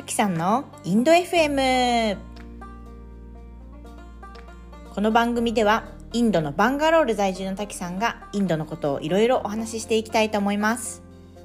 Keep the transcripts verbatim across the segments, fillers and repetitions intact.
きさんのインド エフエム。 この番組ではインドのバンガロール在住のたきさんがインドのことをいろいろお話ししていきたいと思います。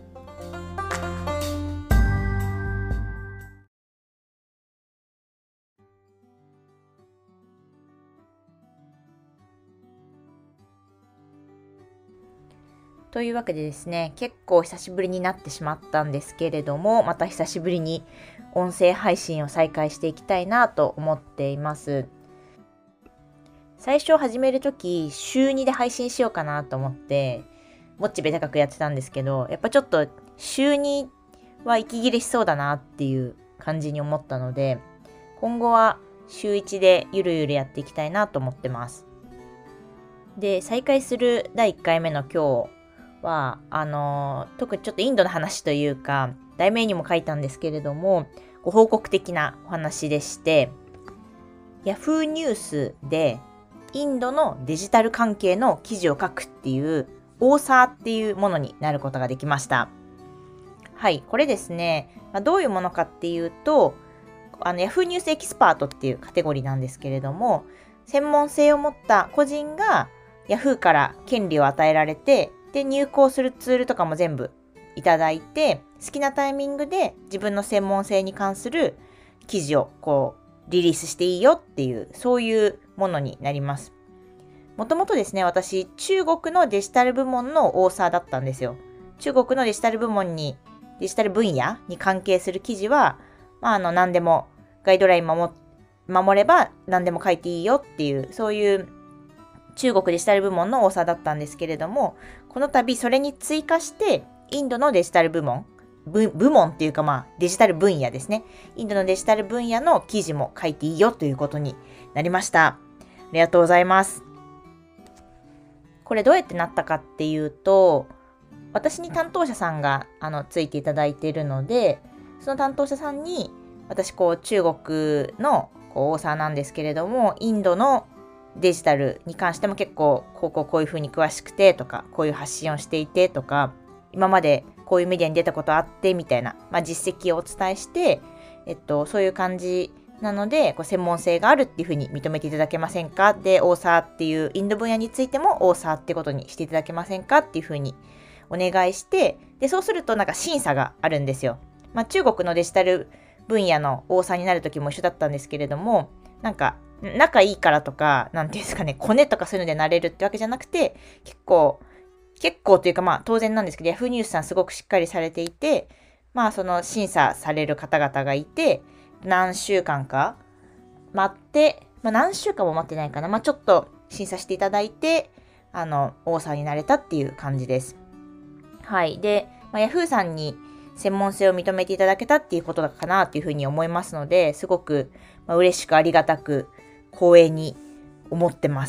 というわけでですね、結構久しぶりになってしまったんですけれども、また久しぶりに音声配信を再開していきたいなと思っています。最初始めるとき週にで配信しようかなと思ってモチベ高くやってたんですけど、やっぱちょっと週には息切れしそうだなっていう感じに思ったので、今後は週いちでゆるゆるやっていきたいなと思ってます。で、再開するだいいっかいめの今日はあのー、特にちょっとインドの話というか、題名にも書いたんですけれども、ご報告的なお話でして、ヤフーニュースでインドのデジタル関係の記事を書くっていうオーサーっていうものになることができました。はい、これですね、まあ、どういうものかっていうと、あのヤフーニュースエキスパートっていうカテゴリーなんですけれども、専門性を持った個人がヤフーから権利を与えられて、で入稿するツールとかも全部いただいて、好きなタイミングで自分の専門性に関する記事をこうリリースしていいよっていう、そういうものになります。もともとですね、私中国のデジタル部門のオーサーだったんですよ。中国のデジタル部門にデジタル分野に関係する記事は、まあ、あの何でもガイドライン守守れば何でも書いていいよっていう、そういう中国デジタル部門のオーサーだったんですけれども、この度それに追加してインドのデジタル部門部, 部門っていうかまあデジタル分野ですね。インドのデジタル分野の記事も書いていいよということになりました。ありがとうございます。これどうやってなったかっていうと、私に担当者さんがあのついていただいているので、その担当者さんに私こう中国のこうオーサーなんですけれども、インドのデジタルに関しても結構こうこうこういう風に詳しくてとか、こういう発信をしていてとか、今までこういうメディアに出たことあってみたいな、まあ、実績をお伝えして、えっと、そういう感じなので、こう専門性があるっていう風に認めていただけませんか。で、オーサーっていうインド分野についてもオーサーってことにしていただけませんかっていう風にお願いして、で、そうするとなんか審査があるんですよ。まあ、中国のデジタル分野のオーサーになる時も一緒だったんですけれども、なんか仲いいからとか、なんていうんですかね、コネとかそういうのでなれるってわけじゃなくて、結構、結構というかまあ当然なんですけど、ヤフーニュースさんすごくしっかりされていて、まあその審査される方々がいて、何週間か待って、まあ何週間も待ってないかな、まあちょっと審査していただいて、あの、オーサーになれたっていう感じです。はい。で、まあ、ヤフーさんに専門性を認めていただけたっていうことかなっていうふうに思いますので、すごく、まあ、嬉しくありがたく光栄に思ってます。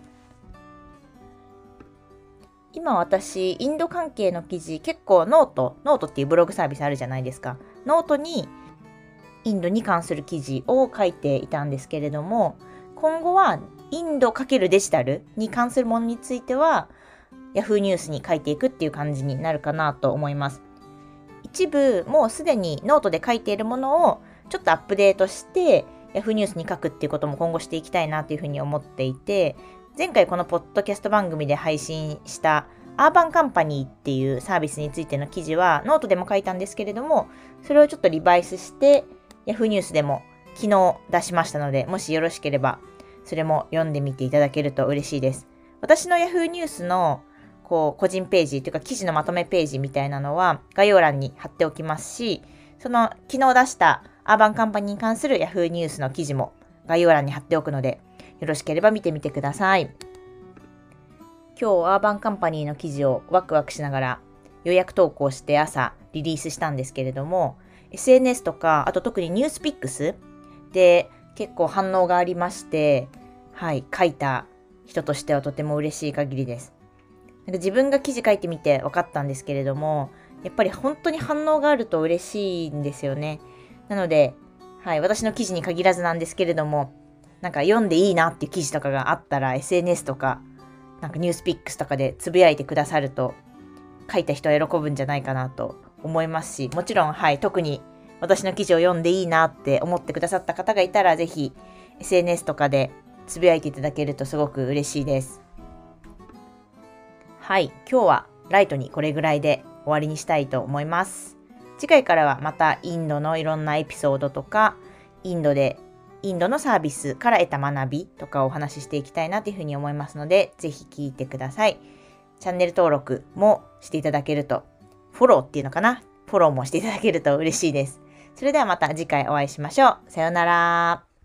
今私インド関係の記事結構ノートノートっていうブログサービスあるじゃないですか。ノートにインドに関する記事を書いていたんですけれども、今後はインド×デジタルに関するものについてはヤフーニュースに書いていくっていう感じになるかなと思います。一部もうすでにノートで書いているものをちょっとアップデートしてヤフーニュースに書くっていうことも今後していきたいなというふうに思っていて、前回このポッドキャスト番組で配信したアーバンカンパニーっていうサービスについての記事はノートでも書いたんですけれども、それをちょっとリバイスしてヤフーニュースでも昨日出しましたので、もしよろしければそれも読んでみていただけると嬉しいです。私のヤフーニュースのこう個人ページというか記事のまとめページみたいなのは概要欄に貼っておきますし、その昨日出したアーバンカンパニーに関するヤフーニュースの記事も概要欄に貼っておくので、よろしければ見てみてください。今日アーバンカンパニーの記事をワクワクしながら予約投稿して朝リリースしたんですけれども、 エスエヌエス とかあと特にニュースピックスで結構反応がありまして、はい、書いた人としてはとても嬉しい限りです。なんか自分が記事書いてみて分かったんですけれども、やっぱり本当に反応があると嬉しいんですよね。なので、はい、私の記事に限らずなんですけれども、なんか読んでいいなっていう記事とかがあったら エスエヌエス とかなんかニュースピックスとかでつぶやいてくださると書いた人は喜ぶんじゃないかなと思いますし、もちろん、はい、特に私の記事を読んでいいなって思ってくださった方がいたら、ぜひ エスエヌエス とかでつぶやいていただけるとすごく嬉しいです。はい、今日はライトにこれぐらいで終わりにしたいと思います。次回からはまたインドのいろんなエピソードとか、インドでインドのサービスから得た学びとかをお話ししていきたいなというふうに思いますので、ぜひ聞いてください。チャンネル登録もしていただけると、フォローっていうのかな、フォローもしていただけると嬉しいです。それではまた次回お会いしましょう。さようなら。